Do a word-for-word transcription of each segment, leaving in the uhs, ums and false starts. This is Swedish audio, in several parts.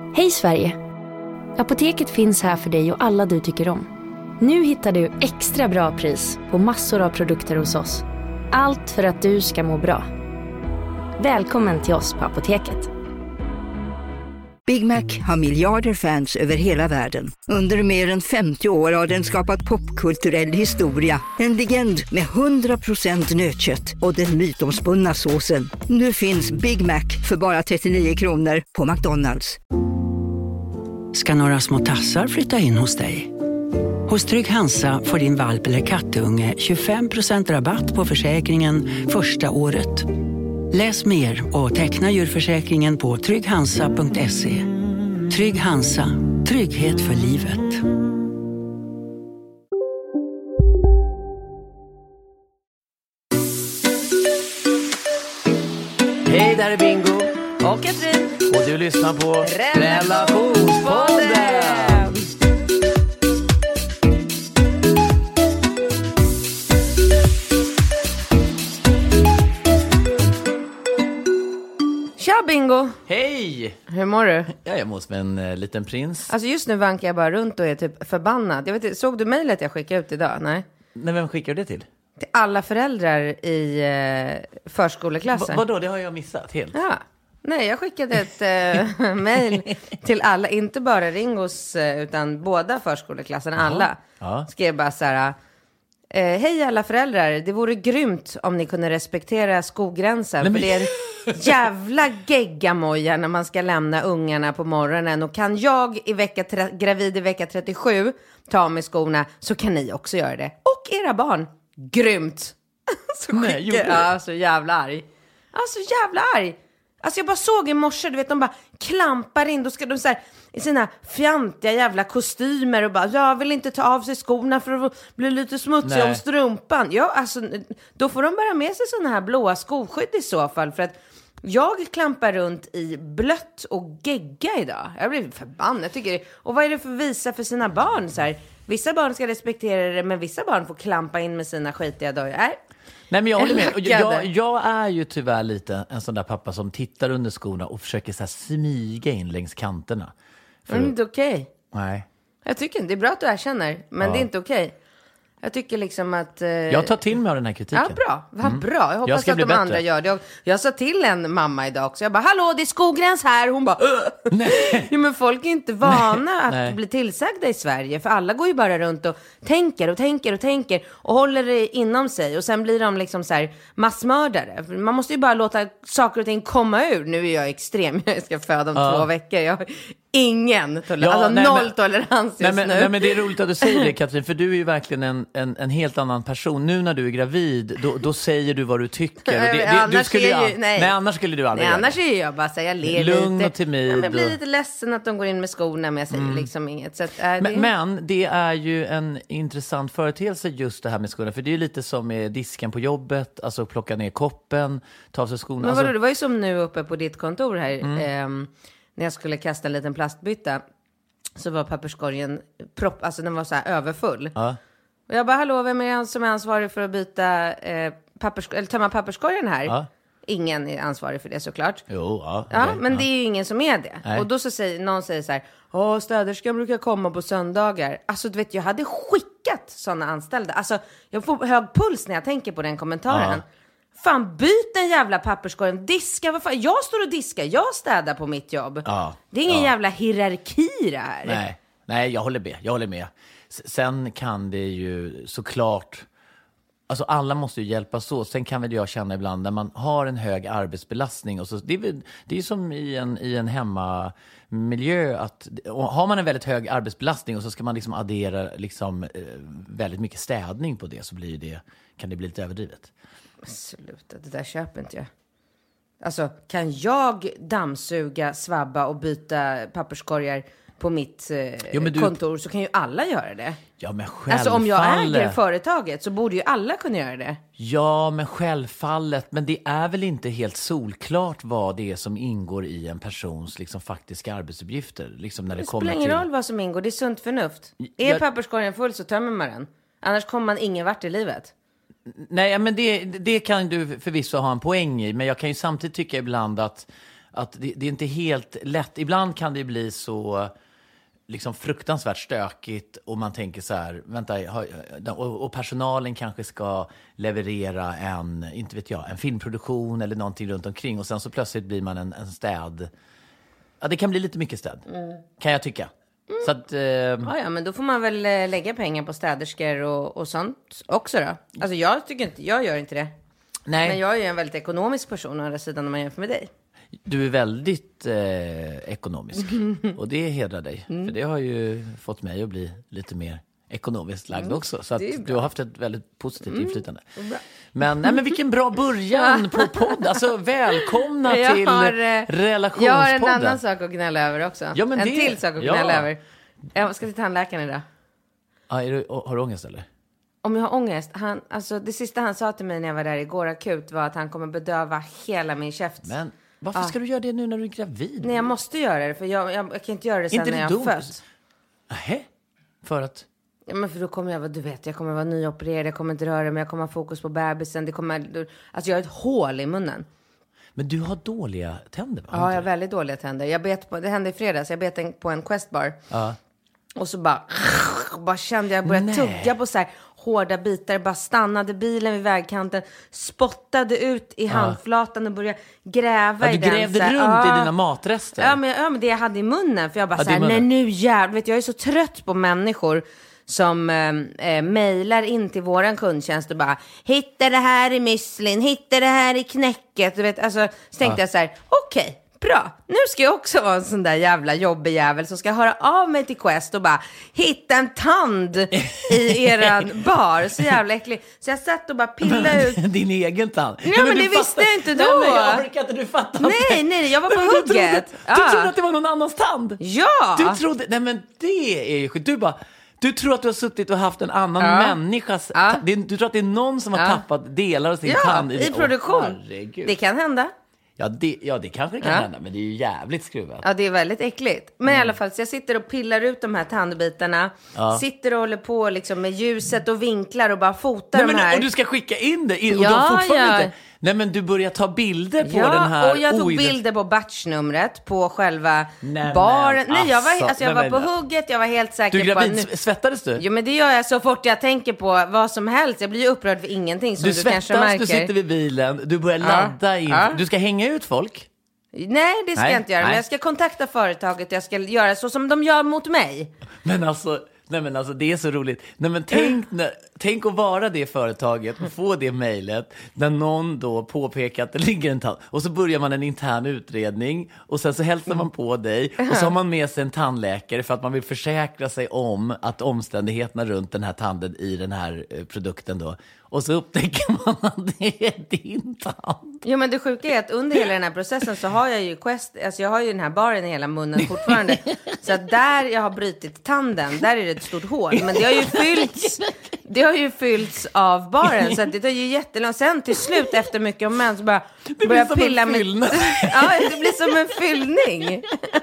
Hej Sverige! Apoteket finns här för dig och alla du tycker om. Nu hittar du extra bra pris på massor av produkter hos oss. Allt för att du ska må bra. Välkommen till oss på Apoteket. Big Mac har miljarder fans över hela världen. Under mer än femtio år har den skapat popkulturell historia. En legend med hundra procent nötkött och den mytomspunna såsen. Nu finns Big Mac för bara trettionio kronor på McDonald's. Ska några små tassar flytta in hos dig? Hos Trygg Hansa får din valp eller kattunge tjugofem procent rabatt på försäkringen första året. Läs mer och teckna djurförsäkringen på trygg hansa punkt se. Trygg Hansa, trygghet för livet. Hej, där är Bingo och Katrin. och du lyssnar på Relationspodden. Tja Bingo! Hej! Hur mår du? Ja, jag måste med en uh, liten prins. Alltså just nu vankar jag bara runt och är typ förbannad. Jag vet inte, såg du mejlet jag skickade ut idag? Nej. Nej, vem skickar du det till? Till alla föräldrar i uh, förskoleklassen. Va- vadå, det har jag missat helt. Ja. Nej, jag skickade ett uh, mejl till alla, inte bara Ringos uh, utan båda förskoleklasserna, alla. Ja. Skrev bara så här: eh, hej alla föräldrar, det vore grymt om ni kunde respektera skogränsen. Nej, men... För det är en jävla geggamoja när man ska lämna ungarna på morgonen. Och kan jag i vecka tre- gravid i vecka trettiosju ta av mig skorna, så kan ni också göra det. Och era barn. Grymt. Så Nej, skickar, gjorde du? ja, så jävla arg. Alltså jävla arg. Alltså jag bara såg i morse, du vet, de bara klampar in. Då ska de så här, i sina fjantiga jävla kostymer och bara, jag vill inte ta av sig skorna för att bli lite smutsig Nej. om strumpan. Ja, alltså då får de bara med sig såna här blåa skoskydd i så fall. För att jag klampar runt i blött och gegga idag. Jag blir förbannad, jag tycker det. Och vad är det för visa för sina barn så här? Vissa barn ska respektera det, men vissa barn får klampa in med sina skitiga dojor. Nej. Nej, men jag håller med. Jag, jag är ju tyvärr lite en sån där pappa som tittar under skorna och försöker så här smyga in längs kanterna. För... Men det är inte okej. Nej. Jag tycker inte, det är bra att du erkänner, men Ja. det är inte okej. Jag tycker liksom att... Eh... Jag tar till mig av den här kritiken. Ja, bra. Vad Mm. bra. Jag Jag hoppas ska att bli de bättre. andra gör det. Jag, jag sa till en mamma idag också. Jag bara, hallå, det är skogräns här. Hon bara, Åh! Nej. Jo, men folk är inte vana Nej. att Nej. bli tillsagda i Sverige. För alla går ju bara runt och tänker och tänker och tänker. Och håller det inom sig. Och sen blir de liksom så här massmördare. För man måste ju bara låta saker och ting komma ur. Nu är jag extrem. Jag ska föda om Ja. två veckor. Jag har ingen tolerans. Ja, alltså nej, noll men- tolerans just Nej men, nu. nej men det är roligt att du säger det, Katrin, för du är ju verkligen en, en, en helt annan person. Nu när du är gravid, då, då säger du vad du tycker. Och det, det, Annars du skulle är ju, ju- nej. nej, annars skulle du aldrig Nej, göra annars det. är jag bara så här, jag ler Lugn lite. och timid Ja, men jag blir och- lite ledsen att de går in med skorna, men jag säger liksom inget. Så att, äh, det... Men, men det är ju en intressant företeelse just det här med skorna. För det är ju lite som med disken på jobbet, alltså plocka ner koppen, ta av sig skorna. Men Alltså, vadå, det var ju som nu uppe på ditt kontor här. ehm, när jag skulle kasta en liten plastbytta, så var papperskorgen propp, alltså den var så här överfull. ja. Och jag bara, hallå, vem är som är ansvarig för att byta eh, pappers- eller tömma papperskorgen här? Ja. Ingen är ansvarig för det såklart. Jo, ja. Ja, okej, men ja. det är ju ingen som är det. Nej. Och då så säger någon säger så här, åh, städerskan brukar komma på söndagar. Alltså du vet, jag hade skickat sådana anställda. Alltså jag får hög puls när jag tänker på den kommentaren. Ja. Fan, byt en jävla papperskorg, diska, vad fan. Jag står och diskar, jag städar på mitt jobb. Ja. Det är ingen Ja. jävla hierarki det här. Nej, nej, jag håller med. Jag håller med. S- Sen kan det ju såklart... Alltså alla måste ju hjälpas åt. Sen kan väl jag känna ibland när man har en hög arbetsbelastning. Och så, det är väl- det är som i en, i en hemmamiljö. Att, och har man en väldigt hög arbetsbelastning och så ska man liksom addera liksom, eh, väldigt mycket städning på det, så blir det, kan det bli lite överdrivet. Sluta, det där köper inte jag. Alltså, kan jag dammsuga, svabba och byta papperskorgar på mitt eh, Jo, men du- kontor, så kan ju alla göra det. Ja, men självfallet. Alltså om jag äger företaget så borde ju alla kunna göra det. Ja, men självfallet. Men det är väl inte helt solklart vad det är som ingår i en persons liksom, faktiska arbetsuppgifter. Liksom när det, Det kommer spelar ingen till... roll vad som ingår, det är sunt förnuft. Är Jag- papperskorgen full så tömmer man den. Annars kommer man ingen vart i livet. Nej, men det, det kan du förvisso ha en poäng i. Men jag kan ju samtidigt tycka ibland att, att det, det är inte helt lätt. Ibland kan det bli så liksom fruktansvärt stökigt och man tänker så här, vänta, och, och personalen kanske ska leverera en, inte vet jag, en filmproduktion eller någonting runt omkring och sen så plötsligt blir man en, en städ. Ja, det kan bli lite mycket städ, mm. kan jag tycka. Mm. Så att, eh... ja, ja, men då får man väl lägga pengar på städerskor och, och sånt också då. Alltså jag tycker inte, jag gör inte det. Nej. Men jag är ju en väldigt ekonomisk person å andra sidan om man jämför med dig. Du är väldigt eh, ekonomisk och det hedrar dig. Mm. För det har ju fått mig att bli lite mer ekonomiskt lagd mm. också. Så att du har haft ett väldigt positivt mm. inflytande. Men, nej, men vilken bra början på podd. Alltså välkomna jag till har, relationspodden. Jag har en annan sak att gnälla över också. Ja, men en det, till sak att gnälla ja. över. Jag ska till tandläkaren idag. Ah, är du, har du ångest eller? Om jag har ångest, han, alltså det sista han sa till mig när jag var där igår akut var att han kommer bedöva hela min käft. Men varför ska ah. du göra det nu när du är gravid? Nej, jag måste göra det för jag, jag, jag kan inte göra det sen inte när jag har fött. Nähä? För att? Ja, men för då kommer jag, du vet, jag kommer vara nyopererad, jag kommer inte röra mig, jag kommer ha fokus på bebisen, det kommer, alltså jag har ett hål i munnen. Men du har dåliga tänder, va? Ja, jag har väldigt dåliga tänder. Jag bet på, det hände i fredags, jag bet på en Questbar. Ja. Och så bara, bara kände jag började tugga på så här hårda bitar. Bara stannade bilen vid vägkanten, spottade ut i ja. handflatan och började gräva ja, i den. Du grävde runt ja. i dina matrester. Ja men, ja, men det jag hade i munnen. För jag bara ja, så här, nej nu jävlar. Vet, jag är så trött på människor som äh, mejlar in till våran kundtjänst och bara, hitta det här i müslin, hitta det här i knäcket. Du vet, alltså, så tänkte ja. jag så här, okej. Okay. Bra, nu ska jag också vara en sån där jävla jobbig jävel som ska höra av mig till Quest och bara hitta en tand i eran bar. Så jävla äcklig. Så jag satt och bara pillade ut. Din egen tand? Ja, men, men det fattar... visste jag inte då. Nej, men jag orkar inte, du fattar. Nej, nej, jag var på hugget. Du trodde, ja. du trodde att det var någon annans tand? Ja. Du trodde, nej men det är ju sjukt. Du bara... Du tror att du har suttit och haft en annan ja. människas... Ja. Ta- du tror att det är någon som har ja. tappat delar av sin ja, tand i, i produktion. Herregud. Det kan hända. Ja det, ja, det kanske kan ja. hända, men det är ju jävligt skruvat. Ja, det är väldigt äckligt. Men mm. i alla fall, så jag sitter och pillar ut de här tandbitarna. Ja. Sitter och håller på liksom med ljuset och vinklar och bara fotar Nej, de men, här. Och du ska skicka in det, in, och ja, de fortfarande ja. inte... Nej, men du börjar ta bilder på ja, den här... och jag tog oj, bilder på batchnumret på själva nej, baren. Men, Nej, jag var, alltså, alltså, jag nej, var men, på hugget, jag var helt säker du på... Du gravid, svettades du? Jo, men det gör jag så fort jag tänker på vad som helst. Jag blir ju upprörd för ingenting som du, du kanske märker. Du svettas, du sitter vid bilen, du börjar ladda ja, in. Ja. Du ska hänga ut folk. Nej, det ska nej, jag inte göra. Nej. Men jag ska kontakta företaget. Jag ska göra så som de gör mot mig. Men alltså... Nej men alltså det är så roligt. Nej men tänk, när, tänk att vara det företaget och få det mejlet när någon då påpekar att det ligger en tand. Och så börjar man en intern utredning och sen så hälsar man på dig och så har man med sig en tandläkare för att man vill försäkra sig om att omständigheterna runt den här tanden i den här eh, produkten då. Och så upptäcker man att det är din tand. Jo, men det sjuka är att under hela den här processen så har jag ju Quest, alltså jag har ju den här baren i hela munnen fortfarande. Så att där jag har brutit tanden, där är det ett stort hål. Men det har ju fyllts, det har ju fyllts av baren, så att det tar ju jättelångt. Sen till slut efter mycket om män så bara det börjar blir pilla som en med... Ja, det blir som en fyllning.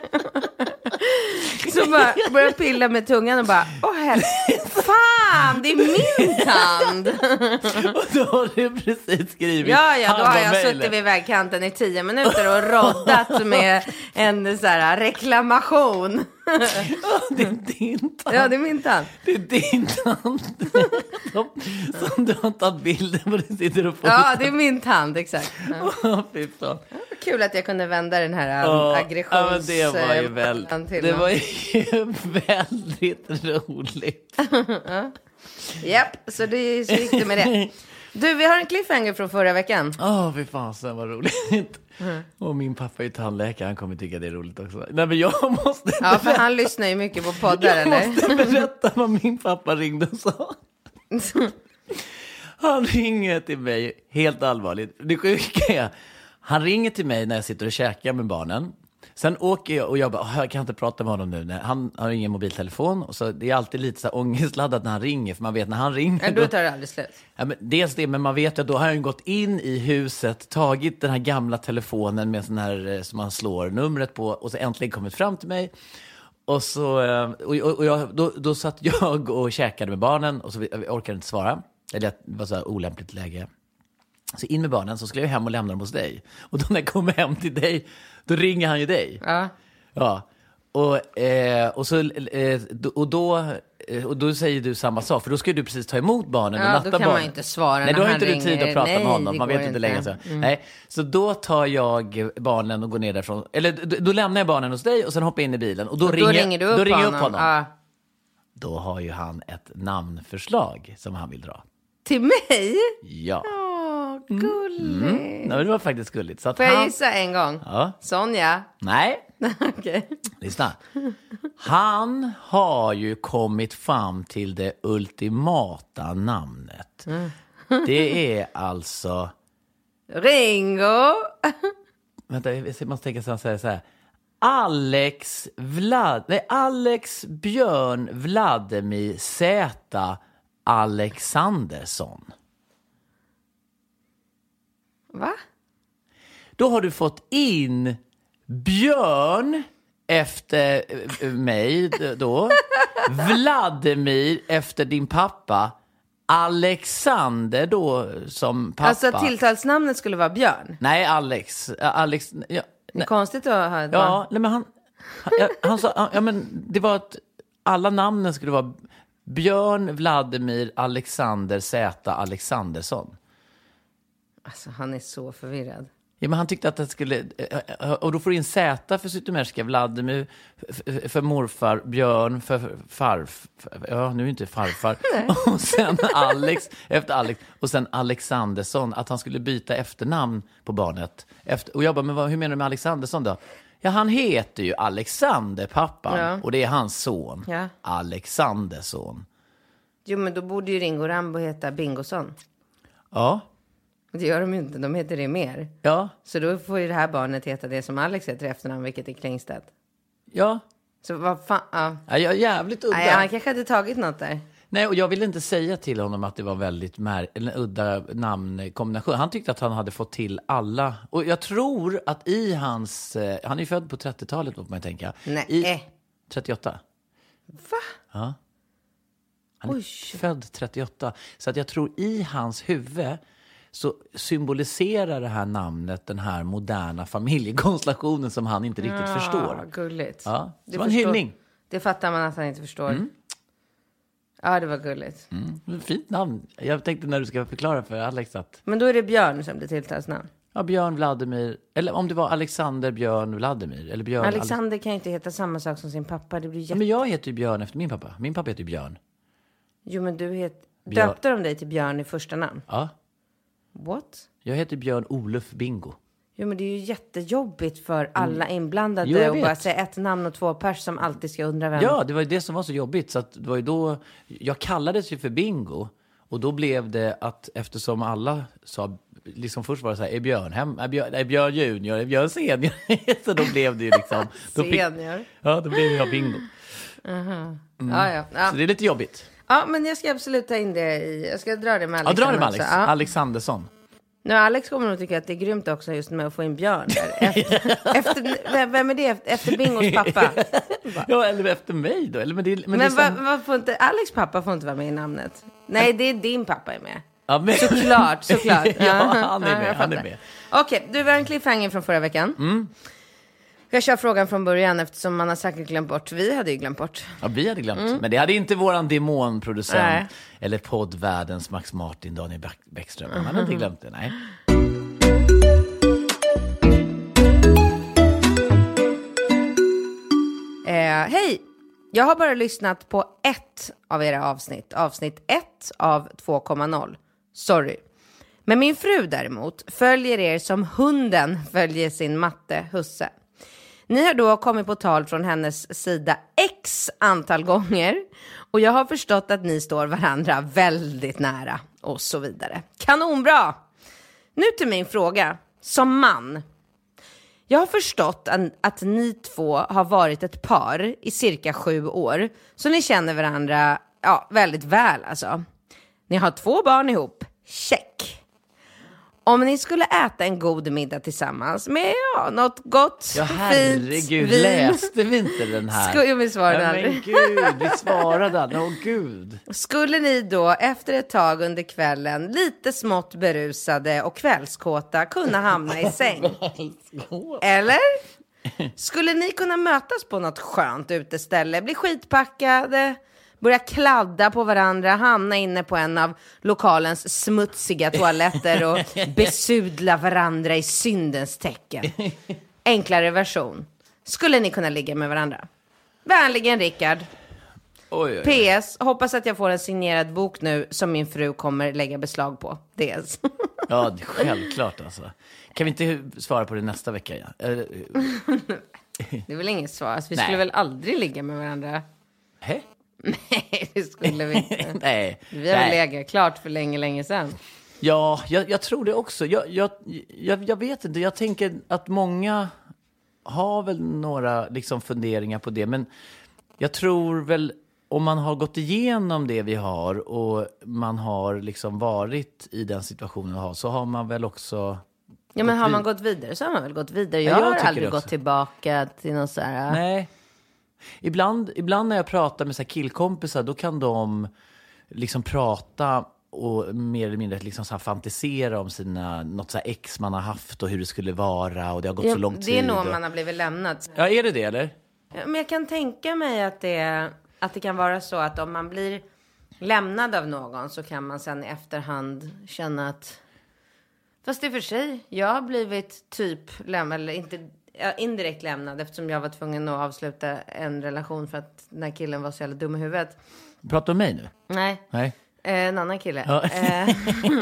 Så bara börjar pilla med tungan och bara, åh helvete, fan, det är min tand. Och då har du precis skrivit. Ja, ja, då har jag mailen. Suttit vid vägkanten i tio minuter och roddat med en så här reklamation. Det är din tand. Ja, det är min tand. Det är din tand. Som, som du har tagit bilder på, du sitter och fotar. Ja, det är min tand, exakt. Ja. Oh, fy fan. Ja, kul att jag kunde vända den här um, oh, aggressions... Ja, men det var ju väl, det var ju väldigt roligt. Ja. Japp, så, det, så gick det med det. Du, vi har en cliffhanger från förra veckan. Åh, oh, fy fan, så var roligt. Mm. Och min pappa är ju tandläkare, han kommer tycka det är roligt också. Nej, men jag måste Ja, berätta. För han lyssnar ju mycket på poddar, jag eller? Jag måste berätta vad min pappa ringde och sa. Han ringer till mig, helt allvarligt. Det sjuka är, han ringer till mig när jag sitter och käkar med barnen. Sen åker jag och jag bara, jag kan inte prata med honom nu. Han har ingen mobiltelefon. Och så det är alltid lite så här ångestladdat när han ringer. För man vet när han ringer. Ja, då tar det aldrig slut. Ja, men dels det, men man vet ju att då har han gått in i huset, tagit den här gamla telefonen med sån här som man slår numret på. Och så äntligen kommit fram till mig. Och så och, och jag, då, då satt jag och käkade med barnen. Och så jag orkade inte svara. Eller det var så här olämpligt läge. Så in med barnen, så skulle jag hem och lämna dem hos dig. Och då när jag kommer hem till dig, då ringer han ju dig. Ja. Ja. Och, eh, och, så, eh, och, då, eh, och då säger du samma sak. För då ska du precis ta emot barnen och Ja, natta då kan barnen. man inte svara. Nej, då har inte du ringer. tid att prata Nej, med honom. Man vet inte inte längre. Så. Mm. Nej. Så då tar jag barnen och går ner därifrån. Eller då, då lämnar jag barnen hos dig och sen hoppar in i bilen. Och då, och då ringer, ringer du upp då ringer honom. upp honom. Ja. Då har ju han ett namnförslag som han vill dra. Till mig? Ja. Åh, gulligt. Mm. Ja, det var faktiskt gulligt. Så att Får jag han... gissa en gång? Ja. Sonja? Nej. Okej. Lyssna. Han har ju kommit fram till det ultimata namnet. Mm. Det är alltså... Ringo? Vänta, jag måste tänka så här. så här. Alex Vlad... Nej, Alex Björn Vladimir Z Alexandersson. Va? Då har du fått in Björn efter eh, mig då. Vladimir efter din pappa. Alexander då som pappa. Alltså tilltalsnamnet skulle vara Björn? Nej, Alex. Alex ja, Det är nej. konstigt att ha ett Ja, barn. nej, men han, han, ja, han sa, ja, men det var att alla namnen skulle vara Björn, Vladimir, Alexander, Z Alexandersson. Alltså han är så förvirrad. Ja, men han tyckte att det skulle... Och då får du in Z för Zytomierska, Vladimir för, för morfar, Björn för farf... Ja, nu är inte farfar. Och sen Alex efter Alex. Och sen Alexandersson, att han skulle byta efternamn på barnet. Efter, och jag bara, men vad, hur menar du med Alexandersson då? Ja, han heter ju Alexander, pappan. Ja. Och det är hans son. Ja. Alexandersson. Jo, men då borde ju Ringo Rambo heta Bingosson. Ja. Det gör de ju inte, de heter det mer. Ja. Så då får ju det här barnet heta det som Alex heter i efternamn, vilket är Klingstedt. Ja. Så vad fan, ja. Ja, jag är jävligt udda. Nej, han kanske hade tagit något där. Nej, och jag ville inte säga till honom att det var väldigt mär- en udda namnkombination. Han tyckte att han hade fått till alla. Och jag tror att i hans... Eh, han är ju född på trettiotalet, får man tänka. Nej. I trettioåtta. Va? Ja. Han är Oj. född trettioåtta. Så att jag tror i hans huvud så symboliserar det här namnet den här moderna familjekonstellationen som han inte riktigt Ja, förstår. gulligt. Ja, det Det var en förstår- hyllning. Det fattar man att han inte förstår. Ja, det var gulligt. Mm. Fint namn. Jag tänkte när du ska förklara för Alex att... Men då är det Björn som blir tilltalsnamn. Ja, Björn Vladimir. Eller om det var Alexander Björn Vladimir. Eller Björn Alexander kan ju inte heta samma sak som sin pappa. Det blir Ja, jätte... men jag heter ju Björn efter min pappa. Min pappa heter ju Björn. Jo, men du het... Björn. Döpte de dig till Björn i första namn? Ja. What? Jag heter Björn Olof Bingo. Jo, men det är ju jättejobbigt för alla inblandade Jo, jag och vet. bara säga ett namn och två pers som alltid ska undra vem. Ja, det var ju det som var så jobbigt. Så att det var ju då... Jag kallades ju för Bingo. Och då blev det att eftersom alla sa... Liksom först var det så här, är Björn hem? Är Björn, är Björn junior? Är Björn senior? Så då blev det ju liksom... Då fick, Senior. ja, då blev jag Bingo. Ja, ja. Ja. Så det är lite jobbigt. Ja, men jag ska absolut ta in det i... Jag ska dra det med Ja, Alex. dra det med också. Alex. Ja. Alexandersson. Nu, Alex kommer nog tycka att det är grymt också just med att få in Björn där. Efter, efter, vem- vem är det? Efter Bingos pappa? Ja, eller efter mig då. Eller, men det, men Men det är vad som- va, får inte... Alex pappa får inte vara med i namnet. Nej, det är din pappa är med. Ja, men... Såklart, såklart. Ja, han är Ja, med, jag han är fattar. med. Okej, du var en cliffhanger från förra veckan. Mm. Jag kör frågan från början eftersom man har säkert glömt bort. Vi hade ju glömt bort. Ja, vi hade glömt. Men det hade inte våran demonproducent Nej. eller poddvärldens Max Martin, Daniel Bäck- Bäckström. Han hade inte glömt det, nej. Eh, hej! Jag har bara lyssnat på ett av era avsnitt. Avsnitt ett av två komma noll. Sorry. Men min fru däremot följer er som hunden följer sin matte husse. Ni har då kommit på tal från hennes sida x antal gånger. Och jag har förstått att ni står varandra väldigt nära. Och så vidare. Kanonbra! Nu till min fråga. Som man. Jag har förstått att, att ni två har varit ett par i cirka sju år. Så ni känner varandra ja, väldigt väl alltså. Ni har två barn ihop. Check. Om ni skulle äta en god middag tillsammans med ja, något gott, Ja, fint herregud, vin. läste vi inte den här? Skulle vi svara ja, aldrig. men gud, vi svarade aldrig. Åh, gud. Skulle ni då efter ett tag under kvällen, lite smått berusade och kvällskåta, kunna hamna i säng? Eller? Skulle ni kunna mötas på något skönt uteställe, bli skitpackade, börja kladda på varandra, hamna inne på en av lokalens smutsiga toaletter och besudla varandra i syndens tecken? Enklare version. Skulle ni kunna ligga med varandra? Vänligen Rickard. Oj, oj, oj. P S. Hoppas att jag får en signerad bok nu som min fru kommer lägga beslag på. D S. Ja, det är självklart alltså. Kan vi inte svara på det nästa vecka? Ja? Eller, Det är väl inget svar. Alltså, vi Nej. skulle väl aldrig ligga med varandra? hä? Nej, det skulle vi inte. Nej. Vi har väl Nej. legat klart för länge, länge sedan. Ja, jag, jag tror det också. Jag, jag, jag, jag vet inte. Jag tänker att många har väl några liksom funderingar på det. Men jag tror väl om man har gått igenom det vi har och man har liksom varit i den situationen vi har, så har man väl också... Ja, men gått har man vid- gått vidare så har man väl gått vidare. Ja, Jag, jag har tycker aldrig det också. gått tillbaka till någon så här... Nej. Ibland, ibland när jag pratar med så här killkompisar, då kan de liksom prata och mer eller mindre liksom så här fantisera om sina, något så här ex man har haft och hur det skulle vara och det har gått Ja, så lång tid. det är nog om och... man har blivit lämnad. Ja, är det det eller? Ja, men jag kan tänka mig att det, att det kan vara så att om man blir lämnad av någon så kan man sen i efterhand känna att... Fast det är för sig, jag har blivit typ lämnad, eller inte, ja, indirekt lämnad eftersom jag var tvungen att avsluta en relation för att den här killen var så jävla dum i huvudet. Pratar du om mig nu? Nej. Nej. Eh, en annan kille. Ja. Eh,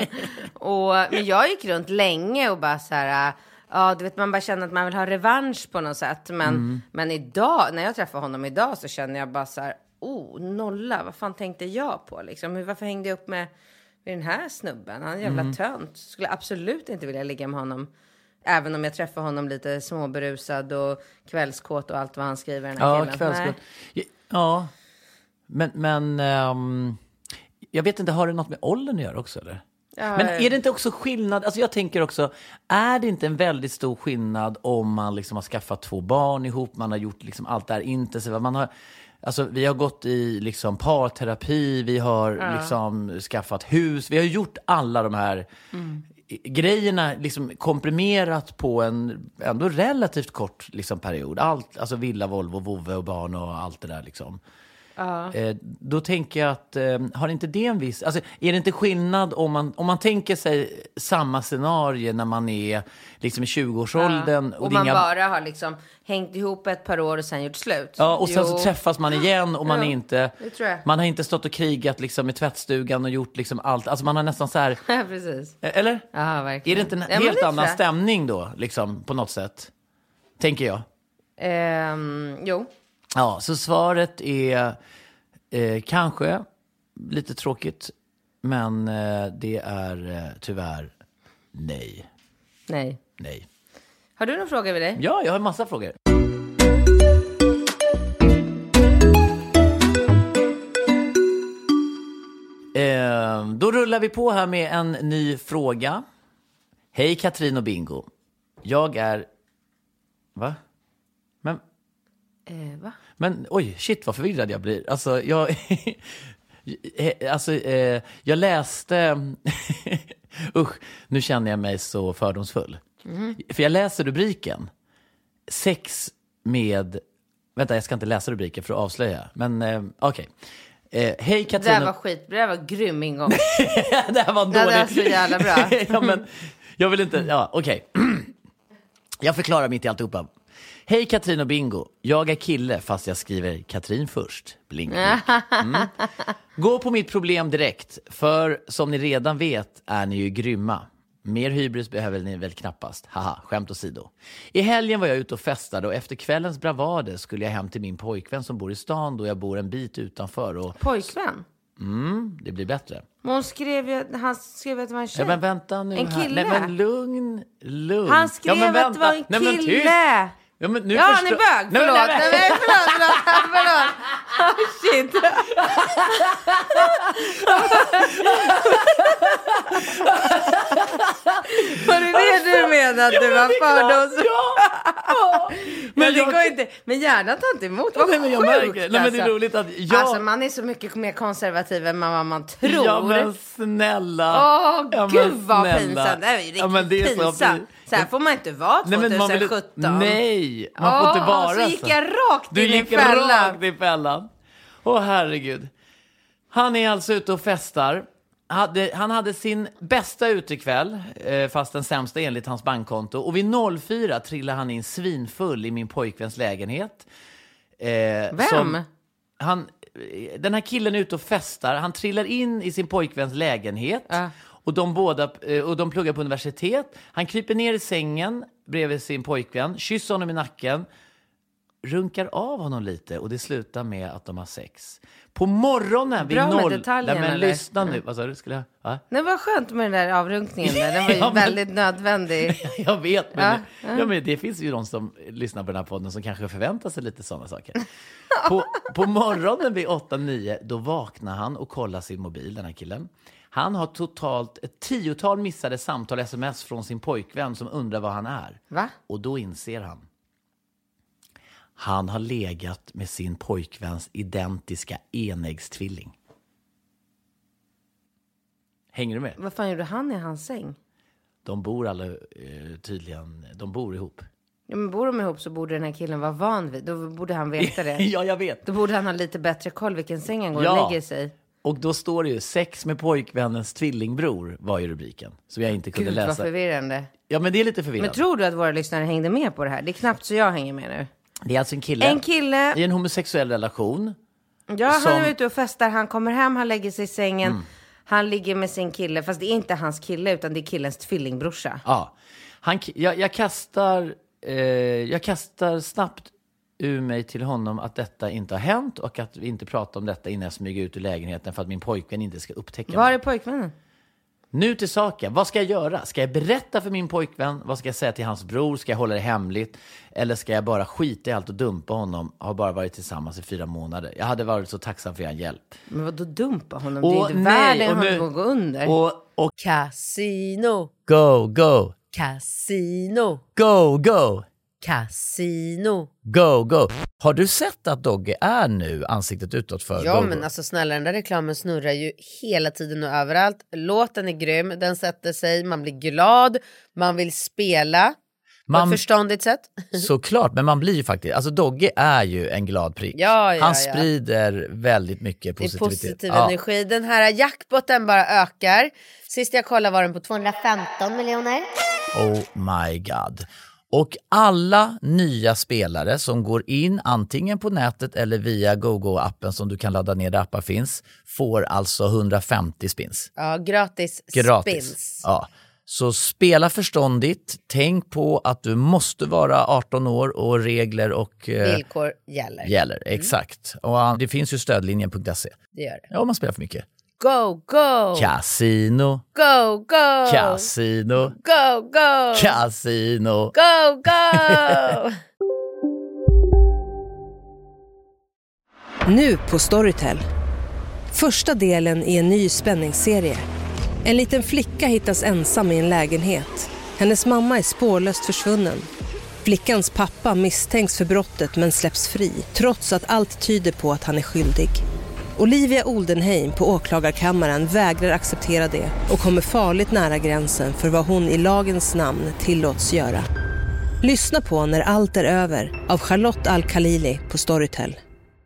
och, men jag gick runt länge och bara så här... äh, Ja, du vet, man bara känner att man vill ha revansch på något sätt. Men, Mm. men idag, när jag träffar honom idag så känner jag bara så här... Oh, nolla, vad fan tänkte jag på liksom? Hur, varför hängde jag upp med, med den här snubben? Han är en jävla Mm. tönt. Skulle absolut inte vilja ligga med honom. Även om jag träffar honom lite småberusad och kvällskåt och allt vad han skriver, den här Ja, killen. kvällskväll. Nej. Ja, men, men ehm, jag vet inte, har det något med åldern att göra också eller? Ja, Men är det inte också skillnad, alltså jag tänker också, är det inte en väldigt stor skillnad om man liksom har skaffat två barn ihop, man har gjort liksom allt det här intensiva, man har, alltså vi har gått i liksom parterapi, vi har Ja. liksom skaffat hus, vi har gjort alla de här grejerna liksom komprimerat på en ändå relativt kort liksom period, allt, alltså villa, Volvo, vovve och barn och allt det där liksom. Ja. Eh, då tänker jag att, eh, har inte det en viss... Alltså, är det inte skillnad om man, om man tänker sig samma scenario när man är liksom i tjugoårsåldern? Ja. Och, det är man inga- bara har liksom hängt ihop ett par år och sen gjort slut. Ja, och sen Jo. så träffas man igen och man Ja, är inte... det tror jag. Man har inte stått och krigat liksom i tvättstugan och gjort liksom allt. Alltså man har nästan så här... Ja, precis. eh, Eller? Ja, verkligen. Är det inte en Ja, men helt det tror annan jag. stämning då, liksom, på något sätt? Tänker jag. Ehm, jo. Ja, så svaret är eh, kanske lite tråkigt, men eh, det är eh, tyvärr nej. Nej. Nej. Har du någon fråga vid dig? Ja, jag har en massa frågor. Eh, då rullar vi på här med en ny fråga. Hej Katrin och Bingo. Jag är... Va? Men... Eh, va? Men oj, shit vad förvirrad jag blir. Alltså, jag, alltså, eh, jag läste... Usch, nu känner jag mig så fördomsfull. Mm. För jag läser rubriken. Sex med... Vänta, jag ska inte läsa rubriken för att avslöja. Men eh, okej. Eh, hej Det Katrin. där var skit. Det där var grym ingång. Det här var Det där var dåligt. så jävla bra. Ja, men jag vill inte... Ja, okej. Jag förklarar mitt i alltihopa. Hej Katrin och Bingo. Jag är kille fast jag skriver Katrin först. Blink, blink. Mm. Gå på mitt problem direkt. För som ni redan vet är ni ju grymma. Mer hybris behöver ni väl knappast. Haha, skämt åsido. I helgen var jag ute och festade och efter kvällens bravader skulle jag hem till min pojkvän som bor i stan då jag bor en bit utanför. Och Pojkvän? mm, det blir bättre. Men hon skrev ju, han skrev att det var en tjej. Ja, men vänta nu En här. kille? Nej, men lugn, lugn. Han skrev ja, men att det var en Nej, men kille. tyst. Ja, men nu Ja, han är förstår- bög. Nej, men- Förlåt. nej, Nej, men- men förlåt, förlåt. Förlåt. Oh, shit. Var det det du menade? Att du var fördomsfull? Ja. Men, det jag... går inte. Men hjärnan tar inte emot. Vad Nej, men jag sjukt, märker. Nej, men det är alltså. roligt att jag... Alltså man är så mycket mer konservativ än vad man tror. Ja men snälla. Åh, ja, gud men vad snälla. pinsamt. Det är ju riktigt ja, men det är pinsamt. Så, så här får man inte vara tjugohundrasjutton. Nej, man, vill... Nej man får Åh, inte vara så. gick jag rakt du in i gick fällan. rakt i fällan. Åh herregud. Han är alltså ute och festar. Hade, han hade sin bästa utekväll, eh, fast den sämsta enligt hans bankkonto. Och vid noll fyra trillade han in svinfull i min pojkväns lägenhet. Eh, Vem? Som, han, den här killen är ute och festar. Han trillar in i sin pojkväns lägenhet. Äh. Och de båda eh, och de pluggar på universitet. Han kryper ner i sängen bredvid sin pojkvän, kysser honom i nacken, runkar av honom lite och det slutar med att de har sex. På morgonen vid Bra med noll... detaljen, Nej, men eller? lyssna nu. Vad sa du? Skulle jag... Va? Det var skönt med den där avrunkningen där. Den var ju Ja, men- väldigt nödvändig. Jag vet, men, Ja, ja, ja. men det finns ju de som lyssnar på den här podden som kanske förväntar sig lite sådana saker. På, på morgonen vid åtta nio, då vaknar han och kollar sin mobil, den här killen. Han har totalt ett tiotal missade samtal, sms från sin pojkvän som undrar var han är. Va? Och då inser han. Han har legat med sin pojkväns identiska enäggstvilling. Hänger du med? Vad fan gjorde han i hans säng? De bor alla eh, tydligen, de bor ihop. Ja, men bor de ihop så borde den här killen vara van vid. Då borde han veta det. Ja, jag vet. Då borde han ha lite bättre koll vilken säng han går Ja. och lägger sig i. Och då står det ju sex med pojkvännens tvillingbror var ju rubriken. Som jag inte kunde Gud vad läsa. förvirrande. Ja, men det är lite förvirrande. Men tror du att våra lyssnare hängde med på det här? Det är knappt så jag hänger med nu. Det är alltså en kille, En kille, i en homosexuell relation. ja han som- är ute och festar, han kommer hem, han lägger sig i sängen. Mm. Han ligger med sin kille, fast det är inte hans kille utan det är killens tvillingbrorsa. Ja. Han, jag, jag, kastar, eh, jag kastar snabbt ur mig till honom att detta inte har hänt och att vi inte pratar om detta innan jag smyger ut ur lägenheten för att min pojkvän inte ska upptäcka Var mig. är pojkvännen? Nu till saken. Vad ska jag göra? Ska jag berätta för min pojkvän? Vad ska jag säga till hans bror? Ska jag hålla det hemligt? Eller ska jag bara skita i allt och dumpa honom? Har bara varit tillsammans i fyra månader. Jag hade varit så tacksam för er hjälp. Men vad då dumpa honom? det Och är inte nej, världen och han nu- går gå under. Och, och Casino, go, go, casino, go, go, casino. go, go. Har du sett att Dogge är nu ansiktet utåt för Ja Go, men Go? alltså snälla, den där reklamen snurrar ju hela tiden och överallt. Låten är grym, den sätter sig, man blir glad, man vill spela på Man- ett förståndigt sätt. Såklart, men man blir ju faktiskt... Alltså Dogge är ju en glad prick. Ja, ja, Han ja. sprider väldigt mycket Det är positivitet. positiv Ja. energi. Den här jackpotten bara ökar. Sist jag kollade var den på tvåhundrafemton miljoner. Oh my god. Och alla nya spelare som går in antingen på nätet eller via GoGo-appen som du kan ladda ner där appar finns får alltså hundrafemtio spins. Ja, gratis, Gratis. spins. Ja. Så spela förståndigt. Tänk på att du måste vara arton år och regler och eh, Villkor gäller. gäller. Exakt. Och ah, det finns ju stödlinjen punkt se. Det gör det. Ja, om man spelar för mycket. Go, go! Casino. Go, go! Casino. Go, go! Casino. Go, go! Nu på Storytel. Första delen i en ny spänningsserie. En liten flicka hittas ensam i en lägenhet. Hennes mamma är spårlöst försvunnen. Flickans pappa misstänks för brottet men släpps fri, trots att allt tyder på att han är skyldig. Olivia Oldenheim på åklagarkammaren vägrar acceptera det och kommer farligt nära gränsen för vad hon i lagens namn tillåts göra. Lyssna på När allt är över av Charlotte Al-Khalili på Storytel.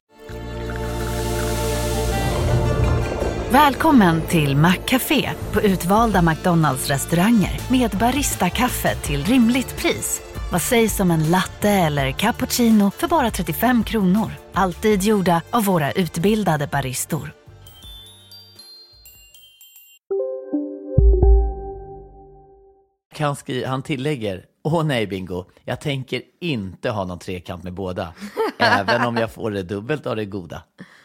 Välkommen till Maccafé på utvalda McDonalds-restauranger med Barista-kaffe till rimligt pris. Vad sägs om en latte eller cappuccino för bara trettiofem kronor? Alltid gjorda av våra utbildade baristor. Han, skri- han tillägger, åh nej Bingo, jag tänker inte ha någon trekant med båda. Även om jag får det dubbelt av det goda.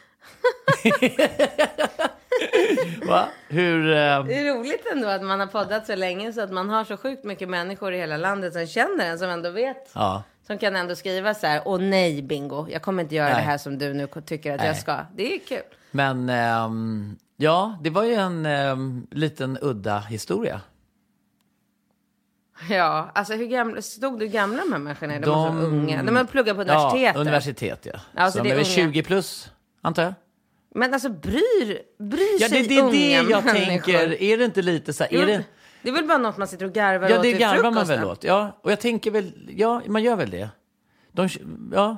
Va? Hur... Eh... Det är roligt ändå att man har poddat så länge så att man har så sjukt mycket människor i hela landet som känner en, som ändå vet. Ja. Som kan ändå skriva så här, åh nej Bingo, jag kommer inte göra Nej. det här som du nu tycker att Nej. jag ska. Det är kul. Men ehm, ja, det var ju en ehm, liten udda historia. Ja, alltså hur gamla, stod du gamla de här människorna? De, De- var så unga. De har pluggat på universitetet. Ja, universitet, ja. Alltså, så det de är är väl unga. tjugo plus, antar jag. Men alltså bryr, bryr Ja, sig det, det är unga det jag människor? tänker. Är det inte lite så här, är Jo, det... det är väl bara något man sitter och garvar Ja, åt det vid garvar man frukosten. väl åt. Ja, och jag tänker väl, ja, man gör väl det. De, ja,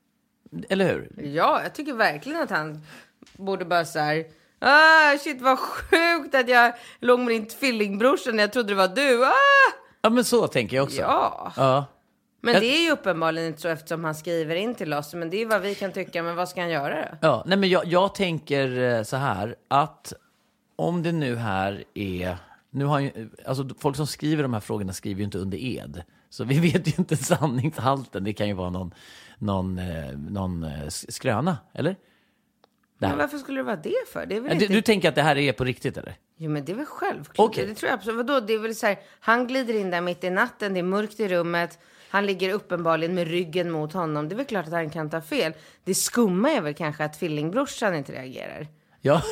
eller hur? Ja, jag tycker verkligen att han borde bara så här... Ah, shit vad sjukt att jag låg med din tvillingbrorsa när jag trodde det var du. Ah! Ja, men så tänker jag också. Ja. Ja. Men Jag- det är ju uppenbarligen inte så eftersom han skriver in till oss. Men det är vad vi kan tycka. Men vad ska han göra då? Ja, nej men jag, jag tänker eh, så här att om det nu här är, nu har ju, alltså folk som skriver de här frågorna skriver ju inte under ed. Så vi vet ju inte sanningshalten. Det kan ju vara någon, någon, eh, någon eh, skröna, eller? Det här. Men varför skulle det vara det för? Det är väl Ja, inte... du, du tänker att det här är på riktigt, eller? Jo, men det är väl självklart. Okej. Det tror jag absolut. Vadå? Det är väl så här, han glider in där mitt i natten, det är mörkt i rummet. Han ligger uppenbarligen med ryggen mot honom. Det är väl klart att han kan ta fel. Det skumma är väl kanske att tvillingbrorsan inte reagerar. Ja,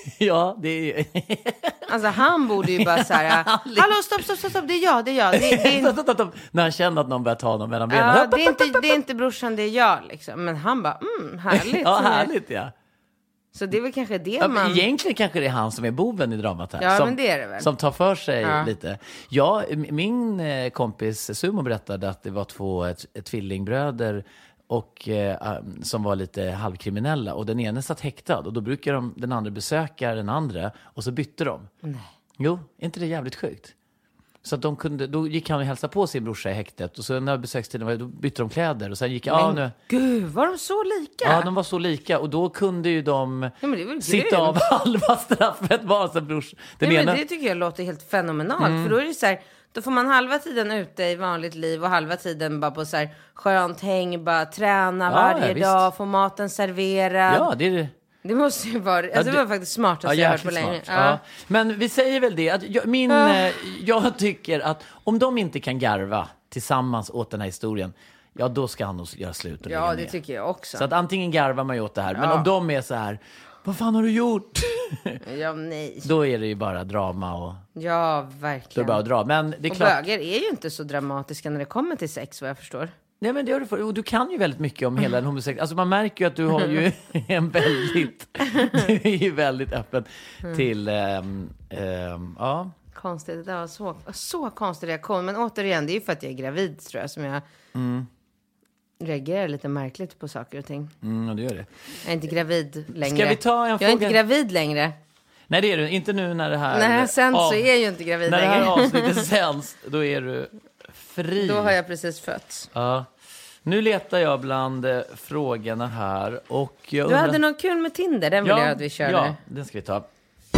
ja det är ju... Alltså han borde ju bara så här, hallå stopp, stopp, stopp, stopp, det är jag, det är jag. Det, det, är, När han känner att någon börjar ta honom mellan benen. ja, det, är inte, det är inte brorsan, det är jag liksom. Men han bara, mm, härligt. Ja, härligt, ja. Så det är väl kanske det Ja, men man... egentligen kanske det är han som är boven i dramat här. Ja, som, men det är det väl. Som tar för sig Ja. lite. Ja, m- min eh, kompis Sumo berättade att det var två ett, ett tvillingbröder och, eh, um, som var lite halvkriminella. Och den ene satt häktad. Och då brukar de, den andra besöka den andra. Och så bytte de. Nej. Jo, är inte det jävligt sjukt? Så att de kunde, då gick han och hälsade på sin brorsa i häktet. Och så när besökstiden var, då bytte de kläder. Och sen gick ja, nu... Gud, var de så lika? Ja, de var så lika. Och då kunde ju de Ja, men det är väl sitta grymt. av halva straffet bara som brors. Den Nej, ena... men det tycker jag låter helt fenomenalt. För då är det så här, då får man halva tiden ute i vanligt liv och halva tiden bara på så här skönt häng, bara träna Ja, varje ja, visst. dag, få maten serverad. Ja, det är det. Det måste ju vara, alltså Ja, det det- var faktiskt smartast Ja, jag hört på jäkligt länge. smart. Ja. Men vi säger väl det, att jag, min, Ja. eh, jag tycker att om de inte kan garva tillsammans åt den här historien, ja då ska han nog göra slut och Ja, lägga det ner. tycker jag också. Så att antingen garvar man ju åt det här, men Ja. om de är så här, vad fan har du gjort? Ja, nej. Då är det ju bara drama och Ja, då är det verkligen. bara att dra. Men det är Och klart, böger är ju inte så dramatiska när det kommer till sex, vad jag förstår. nej men det gör du för, och du kan ju väldigt mycket om hela den homosexuella, alltså man märker ju att du har ju en väldigt, du är ju väldigt öppen till, ehm, ehm, ja. Konstigt, det var så, så konstig reaktion. Men återigen, det är ju för att jag är gravid tror jag som jag reagerar lite märkligt på saker och ting. Mm, och det gör det. Jag är inte gravid längre. Ska vi ta en jag fråga? är inte gravid längre. Nej, det är du. Inte nu när det här... Nej, sen av- så är jag ju inte gravid När det längre. här avsnittet sänds, då är du fri. Då har jag precis fötts. Ja. Nu letar jag bland eh, frågorna här och jag Du undrar... hade något kul med Tinder, den vill jag att vi kör Ja, nu. den ska vi ta.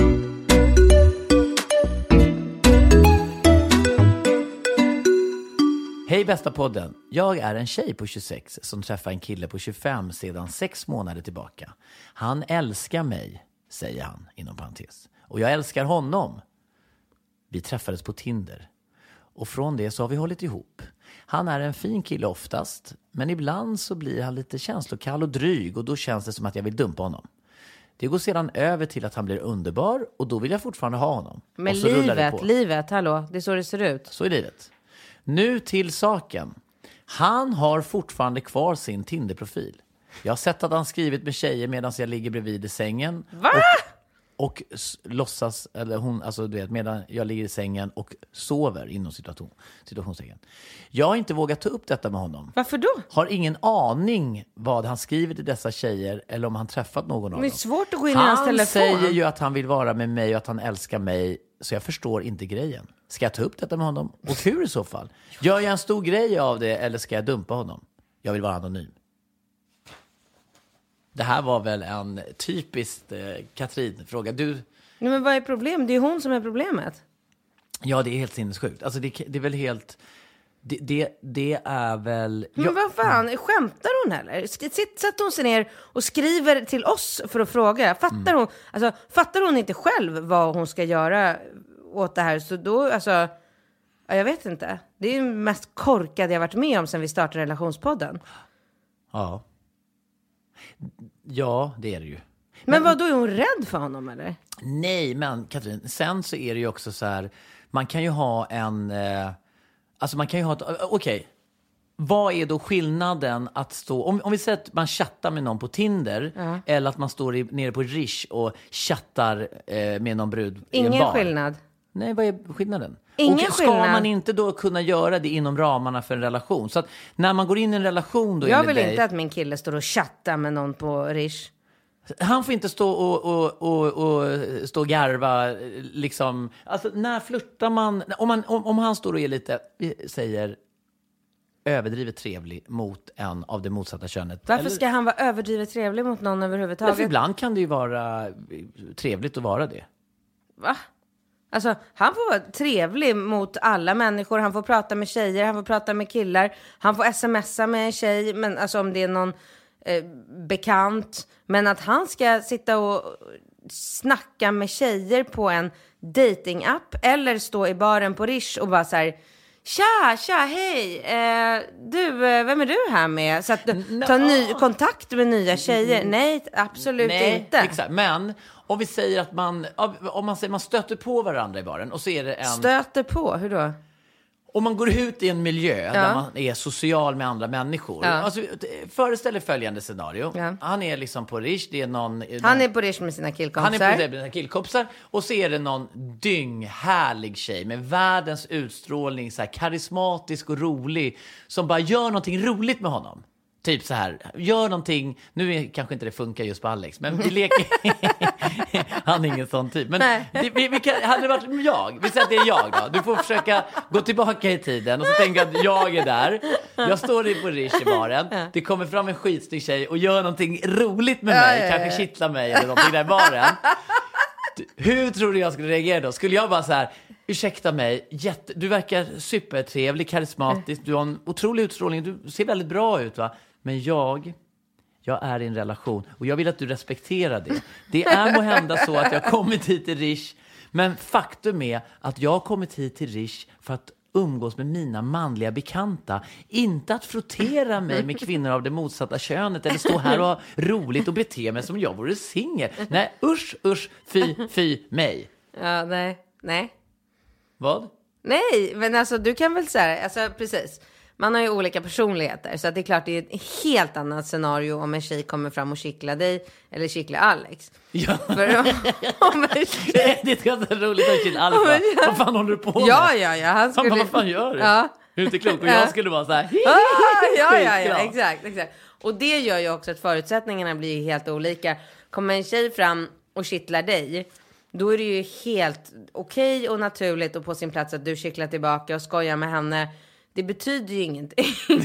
Hej bästa podden. Jag är en tjej på tjugosex som träffar en kille på tjugofem sedan sex månader tillbaka. Han älskar mig, säger han inom parentes. Och jag älskar honom. Vi träffades på Tinder. Och från det så har vi hållit ihop. Han är en fin kille oftast, men ibland så blir han lite känslokall och dryg och då känns det som att jag vill dumpa honom. Det går sedan över till att han blir underbar och då vill jag fortfarande ha honom. Men och så rullar det livet, på. livet, hallå, det är så det ser ut. Så är livet. Nu till saken. Han har fortfarande kvar sin Tinder-profil. Jag har sett att han skrivit med tjejer medan jag ligger bredvid i sängen. Va? Och, och s- låtsas, eller hon, alltså du vet, medan jag ligger i sängen och sover inom situation, situationstecken. Jag har inte vågat ta upp detta med honom. Varför då? Har ingen aning vad han skriver till dessa tjejer eller om han träffat någon av Det är dem. svårt att gå in i hans Han telefon. säger ju att han vill vara med mig och att han älskar mig, så jag förstår inte grejen. Ska jag ta upp detta med honom? Och hur i så fall? Gör jag en stor grej av det eller ska jag dumpa honom? Jag vill vara anonym. Det här var väl en typiskt eh, Katrin-fråga. Du, Nej, men vad är problemet? Det är hon som är problemet. ja, det är helt sinnessjukt. Alltså det, det är väl helt... Det, det, det är väl... Men jag- vad fan, skämtar hon eller? Sk- sitt- Sätter hon sig ner och skriver till oss för att fråga? Fattar hon, alltså, fattar hon inte själv vad hon ska göra åt det här? Så då, alltså, ja, jag vet inte. Det är ju mest korkade jag varit med om sen vi startade relationspodden. Ja. Ja, det är det ju. Men vad då, är hon rädd för honom eller? Nej, men Katrin, sen så är det ju också så här, man kan ju ha en, eh, Alltså man kan ju ha ett... Okej. Okay. Vad är då skillnaden att stå... Om, om vi säger att man chattar med någon på Tinder. Ja. Eller att man står i, nere på Rish och chattar eh, med någon brud i en bar. Ingen skillnad. Nej, vad är skillnaden? Ingen och ska skillnad. man inte då kunna göra det inom ramarna för en relation? Så att när man går in i en relation då... Jag vill dig, inte att min kille står och chattar med någon på Rish. Han får inte stå och, och, och, och stå och garva liksom. Alltså när flirtar man om, man om, om han står och är lite, säger överdrivet trevlig mot en av det motsatta könet. Varför eller, ska han vara överdrivet trevlig mot någon överhuvudtaget? För ibland kan det ju vara trevligt att vara det. Va? Alltså, han får vara trevlig mot alla människor. Han får prata med tjejer, han får prata med killar. Han får smsa med en tjej, men alltså om det är någon eh, bekant. Men att han ska sitta och snacka med tjejer på en datingapp eller stå i baren på Rish och bara så här: Tja, tja, hej. Eh, du, vem är du här med? Så att du tar ny kontakt med nya tjejer. Nej, absolut Nej, inte. Exakt. Men om vi säger att man, om man säger man stöter på varandra i baren och så är det en... Stöter på, hur då? Om man går ut i en miljö ja. där man är social med andra människor. Ja. Alltså, föreställ dig följande scenario. Ja. Han är liksom på Rish. Det är någon, någon, han är på Rish med sina killkompisar. Han är på Rish med sina killkompisar. Och så är det någon dynghärlig tjej med världens utstrålning. Så här, karismatisk och rolig. Som bara gör någonting roligt med honom. Typ så här, gör någonting. Nu är, kanske inte det funkar just på Alex, men vi leker. Han är ingen sån typ. Men det, vi, vi kan, hade det varit jag, vi säger att det är jag då. Du får försöka gå tillbaka i tiden och så tänker jag att jag är där. Jag står i på Rish i baren. Det kommer fram en skitsnygg tjej och gör någonting roligt med mig. Ja, ja, ja. Kanske kittlar mig eller någonting där i baren. Hur tror du jag skulle reagera då? Skulle jag bara så här: ursäkta mig, jätte, du verkar supertrevlig, karismatisk, du har en otrolig utstrålning, du ser väldigt bra ut va? Men jag, jag är i en relation och jag vill att du respekterar det. Det är må hända så att jag har kommit hit till Rish, men faktum är att jag har kommit hit till Rish för att umgås med mina manliga bekanta. Inte att frottera mig med kvinnor av det motsatta könet eller stå här och ha roligt och bete mig som jag vore singel. Nej, usch, usch, fy, fy, mig. Ja, nej, nej. Vad? Nej, men alltså du kan väl säga, alltså precis. Man har ju olika personligheter, så att det är klart det är ett helt annat scenario om en tjej kommer fram och kittlar dig eller kittlar Alex. Ja. För om en tjej... Det är inte roligt att kittla Alex. Men, ja. Vad fan håller du på med? Ja, ja, ja. Han skulle... Han bara, vad fan gör du? Ja. Du är inte klok. Och jag skulle vara så här. Ja, ja, ja, ja, exakt, exakt. Och det gör ju också att förutsättningarna blir helt olika. Kommer en tjej fram och kittlar dig, då är det ju helt okej okay och naturligt och på sin plats att du kittlar tillbaka och skojar med henne. Det betyder ju ingenting.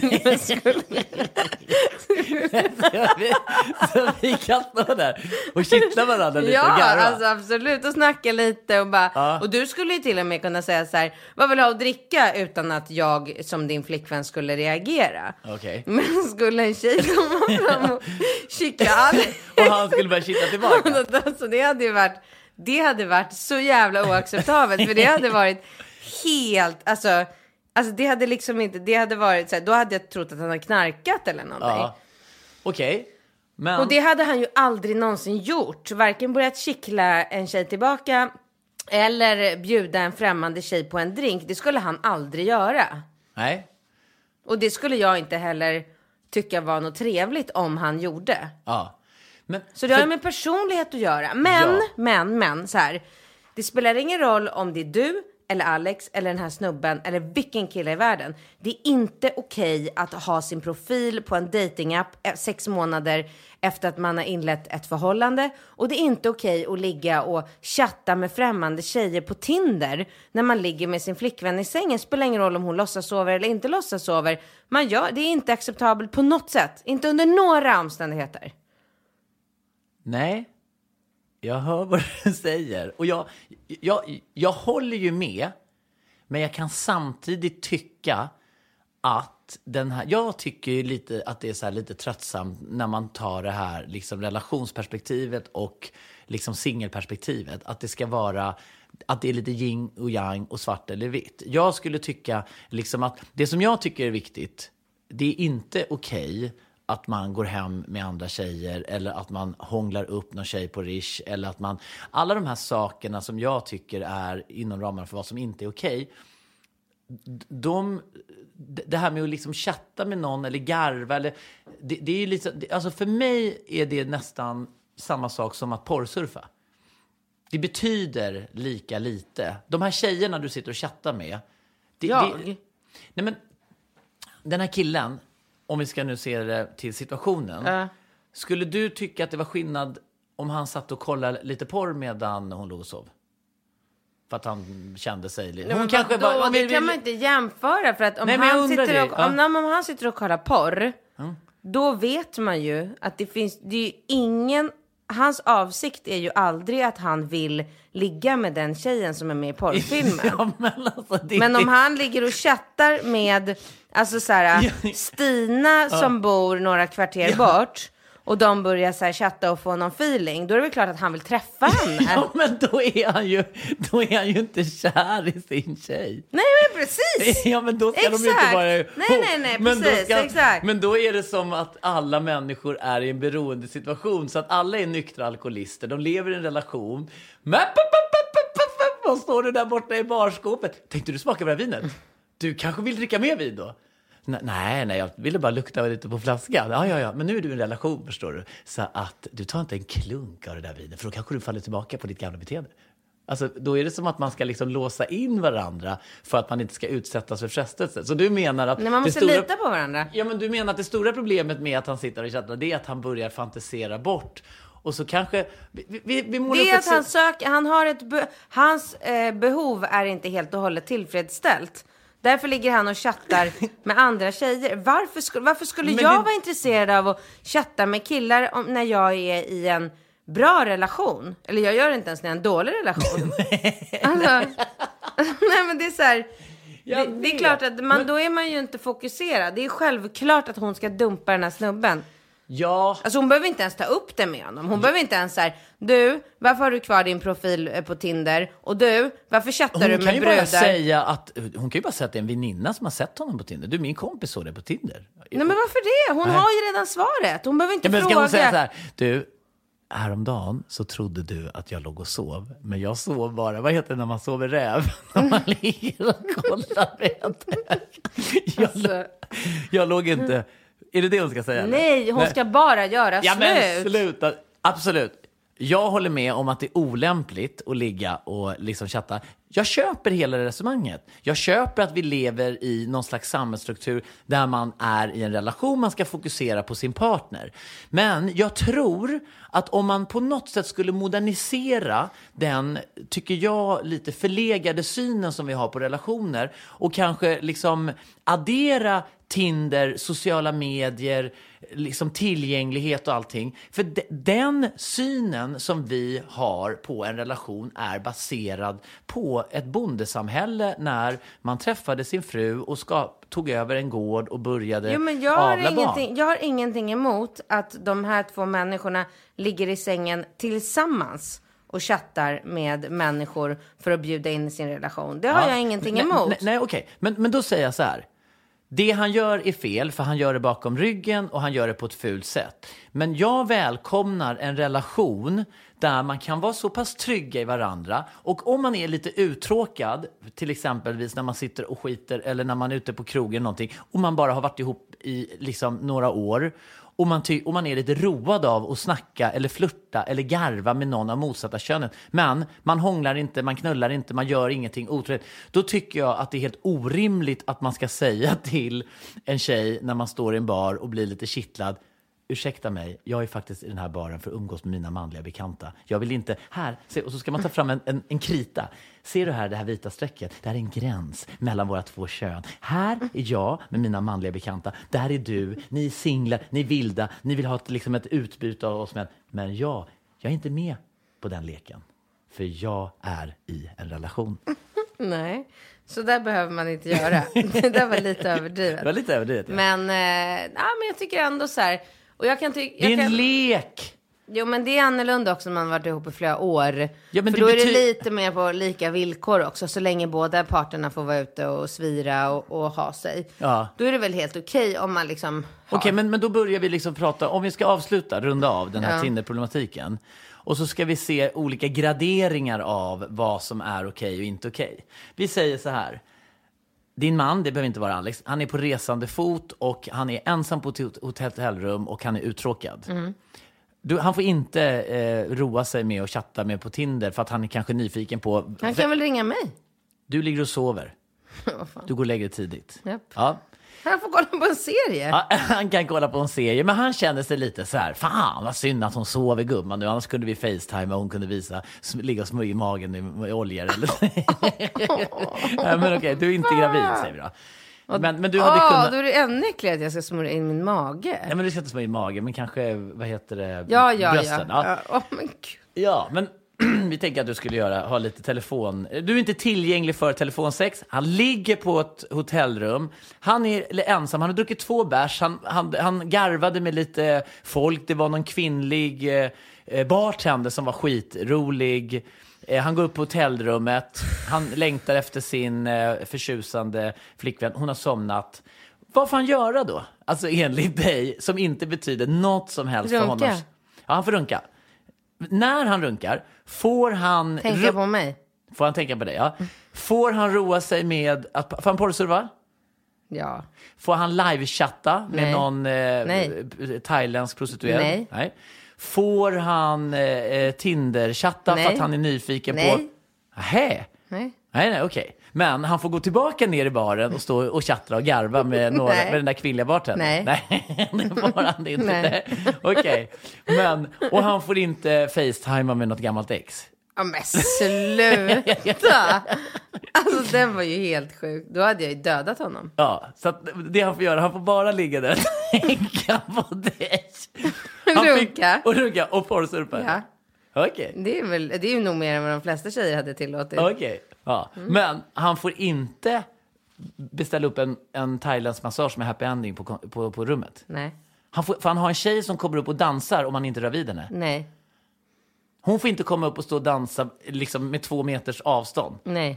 Så vi kan stå där och kittla varandra lite. Ja, och garva. alltså absolut. Och snacka lite och bara... Ja. Och du skulle ju till och med kunna säga så här: vad vill du ha att dricka? Utan att jag som din flickvän skulle reagera. Okay. Men skulle en tjej komma fram och kittla och han skulle börja kittla tillbaka. Alltså det hade ju varit... Det hade varit så jävla oacceptabelt. För det hade varit helt... Alltså... Alltså det hade liksom inte, det hade varit så här, då hade jag trott att han hade knarkat eller någonting. Ja. Okej. Okay. Men... Och det hade han ju aldrig någonsin gjort. Varken börjat kittla en tjej tillbaka eller bjuda en främmande tjej på en drink. Det skulle han aldrig göra. Nej. Och det skulle jag inte heller tycka var något trevligt om han gjorde. Ja. Men, så det har för... ju med personlighet att göra. Men, ja. men, men, så här. Det spelar ingen roll om det är du eller Alex, eller den här snubben, eller vilken kille i världen. Det är inte okej att ha sin profil på en datingapp sex månader efter att man har inlett ett förhållande. Och det är inte okej att ligga och chatta med främmande tjejer på Tinder när man ligger med sin flickvän i sängen. Spelar ingen roll om hon låtsas sover eller inte låtsas sover. Man gör, det är inte acceptabelt på något sätt. Inte under några omständigheter. Nej. Jag hör vad du säger. Och jag, jag, jag håller ju med. Men jag kan samtidigt tycka att den här... Jag tycker ju lite att det är så här lite tröttsamt när man tar det här liksom relationsperspektivet och liksom singelperspektivet. Att det ska vara... Att det är lite yin och yang och svart eller vitt. Jag skulle tycka liksom att det som jag tycker är viktigt, det är inte okej att man går hem med andra tjejer eller att man hånglar upp någon tjej på Rish eller att man... Alla de här sakerna som jag tycker är inom ramen för vad som inte är okej, de, det här med att liksom chatta med någon eller garva, eller, det, det är ju liksom, alltså för mig är det nästan samma sak som att porrsurfa. Det betyder lika lite. De här tjejerna du sitter och chattar med. Det, Jag? Det, nej men, den här killen, om vi ska nu se det till situationen. Uh. Skulle du tycka att det var skillnad om han satt och kollade lite porr medan hon låg och sov? För att han kände sig lite... Nej, hon kanske bara, då, om det vi, kan man inte jämföra. För att om, nej, han sitter och, ja. om, om han sitter och kollar porr, mm. då vet man ju att det finns... Det är ju ingen... Hans avsikt är ju aldrig att han vill ligga med den tjejen som är med i porrfilmen. Ja, men, alltså, det, men om han ligger och chattar med alltså så här, Stina som ja. bor några kvarter ja. bort, och de börjar så här chatta och få någon feeling, då är det väl klart att han vill träffa henne. Ja, men då är han ju, då är han ju inte kär i sin tjej. Nej, men precis. Ja, men då ska exakt. de ju inte vara ihop. Nej, nej, nej, men precis, ska, exakt. Men då är det som att alla människor är i en beroende situation, så att alla är nyktra alkoholister. De lever i en relation. Men vad står du där borta i barskåpet? Tänkte du smaka på det här vinet? Du kanske vill dricka mer vin då? Nej, nej, jag ville bara lukta lite på flaskan. Ja, ja, ja, men nu är du i en relation, förstår du. Så att du tar inte en klunk av det där vinet, för då kanske du faller tillbaka på ditt gamla beteende. Alltså, då är det som att man ska liksom låsa in varandra för att man inte ska utsättas för frestelse. Så du menar att... Nej, man måste stora, lita på varandra. Ja, men du menar att det stora problemet med att han sitter och chattar, det är att han börjar fantisera bort. Och så kanske... Vi, vi, vi det är att han söker... Han har ett... Be, hans eh, behov är inte helt och hållet tillfredsställt. Därför ligger han och chattar med andra tjejer. Varför, sk- varför skulle men jag det... vara intresserad av att chatta med killar om, när jag är i en bra relation? Eller jag gör det inte ens när jag är en dålig relation. nej, alltså, nej, men det är så här... Det, det är klart att man, men... då är man ju inte fokuserad. Det är självklart att hon ska dumpa den här snubben. Ja. Alltså hon behöver inte ens ta upp det med honom. Hon ja. behöver inte ens säga, du, varför har du kvar din profil på Tinder? Och du, varför chattar hon du med bröder? Bara säga att, hon kan ju bara säga att det är en väninna som har sett honom på Tinder. Du, min kompis såg det på Tinder. Nej, men varför det? Hon Nej. har ju redan svaret. Hon behöver inte ja, men fråga. Ska hon säga så här, du, häromdagen så trodde du att jag låg och sov. Men jag sov bara, vad heter det när man sover räv? När man ligger och kollar rätt. jag, alltså. jag låg inte... Är det det hon ska säga? Nej, hon Nej. ska bara göra ja, slut. Ja, men sluta. Absolut. Jag håller med om att det är olämpligt att ligga och liksom chatta. Jag köper hela resonemanget. Jag köper att vi lever i någon slags samhällsstruktur där man är i en relation, man ska fokusera på sin partner. Men jag tror att om man på något sätt skulle modernisera den, tycker jag, lite förlegade synen som vi har på relationer och kanske liksom addera Tinder, sociala medier, liksom tillgänglighet och allting. För de, den synen som vi har på en relation är baserad på ett bondesamhälle när man träffade sin fru och ska, tog över en gård och började jo, men jag har avla ingenting, barn. Jag har ingenting emot att de här två människorna ligger i sängen tillsammans och chattar med människor för att bjuda in i sin relation. Det har ja, jag ingenting nej, emot. Nej, nej okej. Okay. Men, men då säger jag så här. Det han gör är fel, för han gör det bakom ryggen och han gör det på ett fult sätt. Men jag välkomnar en relation där man kan vara så pass trygga i varandra. Och om man är lite uttråkad, till exempelvis när man sitter och skiter eller när man är ute på krogen eller någonting, och man bara har varit ihop i liksom några år och man, ty- och man är lite road av att snacka eller flirta eller garva med någon av motsatta könen. Men man hånglar inte, man knullar inte, man gör ingenting otrevligt. Då tycker jag att det är helt orimligt att man ska säga till en tjej när man står i en bar och blir lite kittlad: ursäkta mig, jag är faktiskt i den här baren för att umgås med mina manliga bekanta. Jag vill inte, här, se, och så ska man ta fram en, en, en krita. Ser du här det här vita strecket? Det här är en gräns mellan våra två kön. Här är jag med mina manliga bekanta. Där är du, ni är singlar, ni är vilda, ni vill ha ett, liksom ett utbyte av oss. Men, men jag, jag är inte med på den leken. För jag är i en relation. Nej, så där behöver man inte göra. Det där var lite överdrivet. Det var lite överdrivet, ja. Men, eh, ja, men jag tycker ändå så här... Och jag kan tycka, det är en kan... lek! Jo, men det är annorlunda också när man har varit ihop i flera år. Ja, men för det då bety- är det lite mer på lika villkor också. Så länge båda parterna får vara ute och svira och, och ha sig. Ja. Då är det väl helt okej okay om man liksom har... Okej, okay, men, men då börjar vi liksom prata... Om vi ska avsluta, runda av den här ja. Tinder-problematiken. Och så ska vi se olika graderingar av vad som är okej okay och inte okej. Okay. Vi säger så här. din man, det behöver inte vara Alex, han är på resande fot och han är ensam på ett hotellrum och han är uttråkad. Mm. Du, han får inte eh, roa sig med och chatta med på Tinder för att han är kanske nyfiken på... Han kan väl ringa mig? Du ligger och sover. Du går och lägger tidigt. Yep. Ja. Han får kolla på en serie. Ja, han kan kolla på en serie, men han känner sig lite så här: fan vad synd att hon sover, gumman nu, annars kunde vi FaceTime och hon kunde visa, ligga och smörja i magen i, med oljor eller ja, men okej, okay, du är inte gravid, säger vi då. Men, men du hade oh, kunnat... då är det ännu äckligare att jag ska smörja in min mage. Ja, men du ska inte smörja i magen, men kanske, vad heter det? Ja, ja, brösten. ja. Ja, ja. Oh, men gud. Ja, men vi tänker att du skulle göra, ha lite telefon. Du är inte tillgänglig för telefonsex. Han ligger på ett hotellrum. Han är ensam. Han har druckit två bärs. Han, han, han garvade med lite folk. Det var någon kvinnlig eh, bartender som var skitrolig. Eh, han går upp på hotellrummet. Han längtar efter sin eh, förtjusande flickvän. Hon har somnat. Vad får han göra då? Alltså enligt dig, som inte betyder något som helst runka. För honom. Ja, han får runka. När han runkar, får han... Tänka ro- på mig. Får han tänka på dig, ja. Får han roa sig med... Att, får han porrsurva? Ja. Får han live-chatta med Nej. någon eh, Nej. thailändsk prostituerad? Nej. Nej. Får han eh, Tinder-chatta Nej. för att han är nyfiken Nej. på... Nähä. Nej. Nej, nej, okej. Okay. Men han får gå tillbaka ner i baren och stå och chattra och garva med, några, med den där kvinnliga bartendern. Nej. Nej, det får han inte. Nej. Okej. Okay. Men, och han får inte FaceTima med något gammalt ex. Ja, men sluta! Alltså, den var ju helt sjuk. Då hade jag ju dödat honom. Ja, så att det han får göra, han får bara ligga där och tänka på dig. Runka. Och runka och porrsurpa. Ja. Okej. Okay. Det är väl, det är ju nog mer än vad de flesta tjejer hade tillåtit. Okej, okay. Ja. Mm. Men han får inte beställa upp en, en thailändsk massage med happy ending på, på, på rummet. Nej. Han får, för han har en tjej som kommer upp och dansar om han inte rör vid henne. Nej. Hon får inte komma upp och stå och dansa liksom med två meters avstånd. Nej.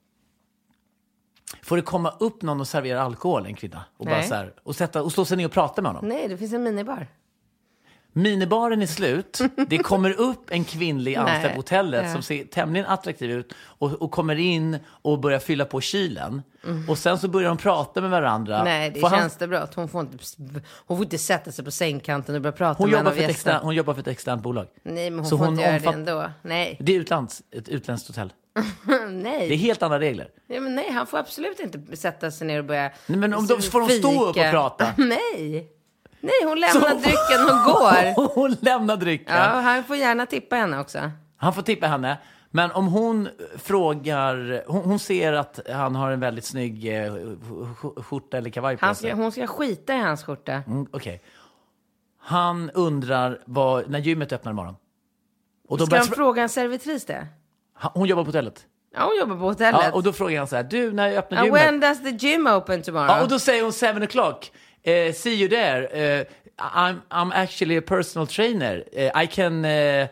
Får det komma upp någon och servera alkohol, en kvinna? Och, Nej. bara så här, och, sätta, och slå sig ner och prata med honom? Nej, det finns en minibar. Minibaren är slut. Det kommer upp en kvinnlig anställd på hotellet ja. Som ser tämligen attraktiv ut och, och kommer in och börjar fylla på kylen. Mm. Och sen så börjar de prata med varandra. Nej, det får känns han... det bra. Hon får, inte, hon får inte sätta sig på sängkanten och börja prata hon med jobbar en för av extern, Hon jobbar för ett externt bolag. Nej, men hon så får hon inte göra omfatt... det ändå. Nej. Det är utlands, ett utländskt hotell. Nej. Det är helt andra regler. Ja, men nej, han får absolut inte sätta sig ner och börja nej, men om de får de stå upp och prata. Nej. Nej, hon lämnar så... drycken och går. Hon lämnar drycken. Ja, han får gärna tippa henne också. Han får tippa henne. Men om hon frågar... Hon, hon ser att han har en väldigt snygg eh, skjorta eller kavaj på han sig. ska, Hon ska skita i hans skjorta. Mm, Okej. Okay. Han undrar vad, när gymmet öppnar imorgon. Och då ska han börjar... fråga en servitris det? Hon jobbar på hotellet. Ja, hon jobbar på hotellet. Ja, och då frågar han så här: du, när öppnar uh, gymmet? When does the gym open tomorrow? Ja, och då säger hon seven o'clock. Uh, see you there. Uh, I'm, I'm actually a personal trainer. Uh, I can... Uh, uh,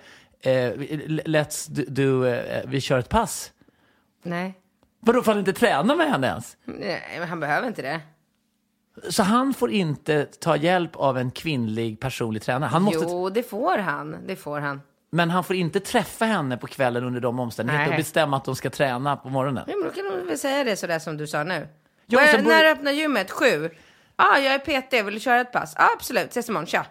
let's do... do uh, vi kör ett pass. Nej. Vadå, får han inte träna med henne ens? Nej, men han behöver inte det. Så han får inte ta hjälp av en kvinnlig personlig tränare? Han måste... Jo, det får han. Det får han. Men han får inte träffa henne på kvällen under de omständigheterna och bestämma att de ska träna på morgonen? Ja, men då kan de väl säga det sådär som du sa nu. Jo, När, bor... när öppnar gymmet? Sju? Ja, ah, jag är P T. Vill du köra ett pass? Ja, ah, absolut. Ses imorgon. Tja.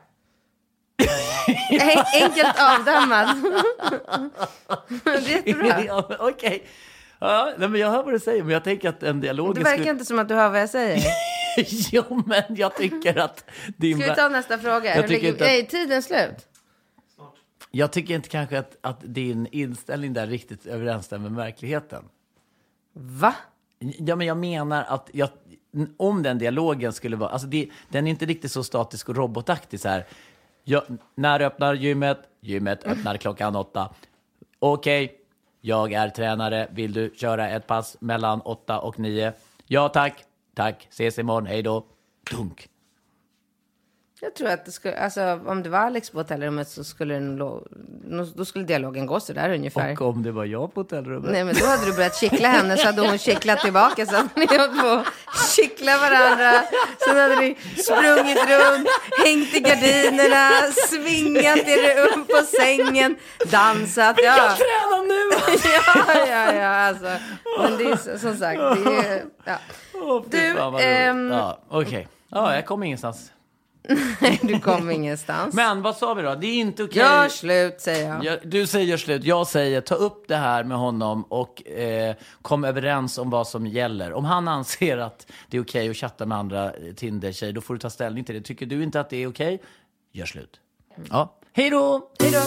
Enkelt avdammad. Det är jättebra. Ja, okej. Okay. Ja, men jag hör vad du säger, men jag tänker att en dialog... Det verkar skulle... inte som att du hör vad jag säger. Jo, men jag tycker att... Din... Ska vi ta nästa fråga? Jag tycker inte att... Nej, tiden slut. Jag tycker inte kanske att, att din inställning där riktigt överensstämmer med verkligheten. Va? Ja, men jag menar att jag, om den dialogen skulle vara... Alltså det, den är inte riktigt så statisk och robotaktig så här. Jag, när öppnar gymmet? Gymmet öppnar klockan åtta. Okej, okay, jag är tränare. Vill du köra ett pass mellan åtta och nio? Ja, tack. Tack. Ses imorgon. Hej då. Dunk. Jag tror att det skulle, alltså, om det var Alex på hotellrummet så skulle den lo, då skulle dialogen gå så där ungefär. Och om det var jag på hotellrummet? Nej, men då hade du börjat kittla henne, så hade hon kittlat tillbaka, så hade ni hållit på att kittla varandra. Sen hade ni sprungit runt, hängt i gardinerna, svingat er upp på sängen, dansat. Vi ja. kan träna nu ja, ja, ja, alltså. Men det är som sagt, det är... Ja. Oh, du, ehm... ja, okej. Okay. Ja, jag kommer ingenstans. Nej, du kommer ingenstans. Men vad sa vi då? Det är inte okej. Gör slut, säger jag. jag. Du säger gör slut. Jag säger ta upp det här med honom och eh, kom överens om vad som gäller. Om han anser att det är okej att chatta med andra Tinder-tjejer, då får du ta ställning till det. Tycker du inte att det är okej? Gör slut. Mm. Ja. Hej då! Hej då!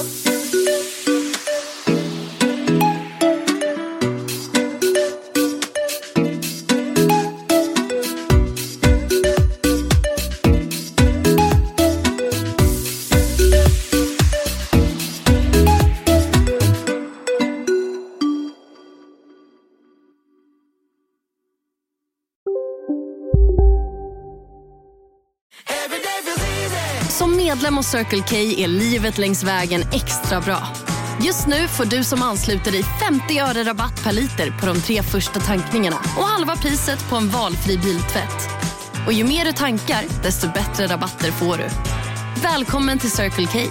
Som medlem hos Circle K är livet längs vägen extra bra. Just nu får du som ansluter dig femtio öre rabatt per liter på de tre första tankningarna och halva priset på en valfri biltvätt. Och ju mer du tankar, desto bättre rabatter får du. Välkommen till Circle K.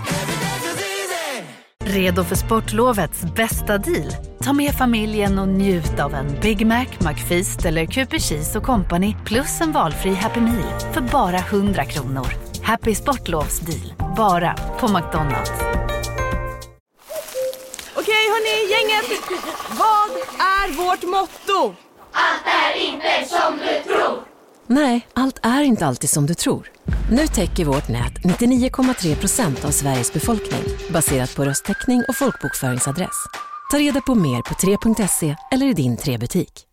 Redo för sportlovets bästa deal? Ta med familjen och njut av en Big Mac, McFeast eller Cooper Cheese och Company plus en valfri Happy Meal för bara hundra kronor. Happy Sportlovs deal. Bara på McDonald's. Okej hörni, gänget. Vad är vårt motto? Allt är inte som du tror. Nej, allt är inte alltid som du tror. Nu täcker vårt nät nittionio komma tre procent av Sveriges befolkning baserat på röstteckning och folkbokföringsadress. Ta reda på mer på tre punkt se eller i din tre butik.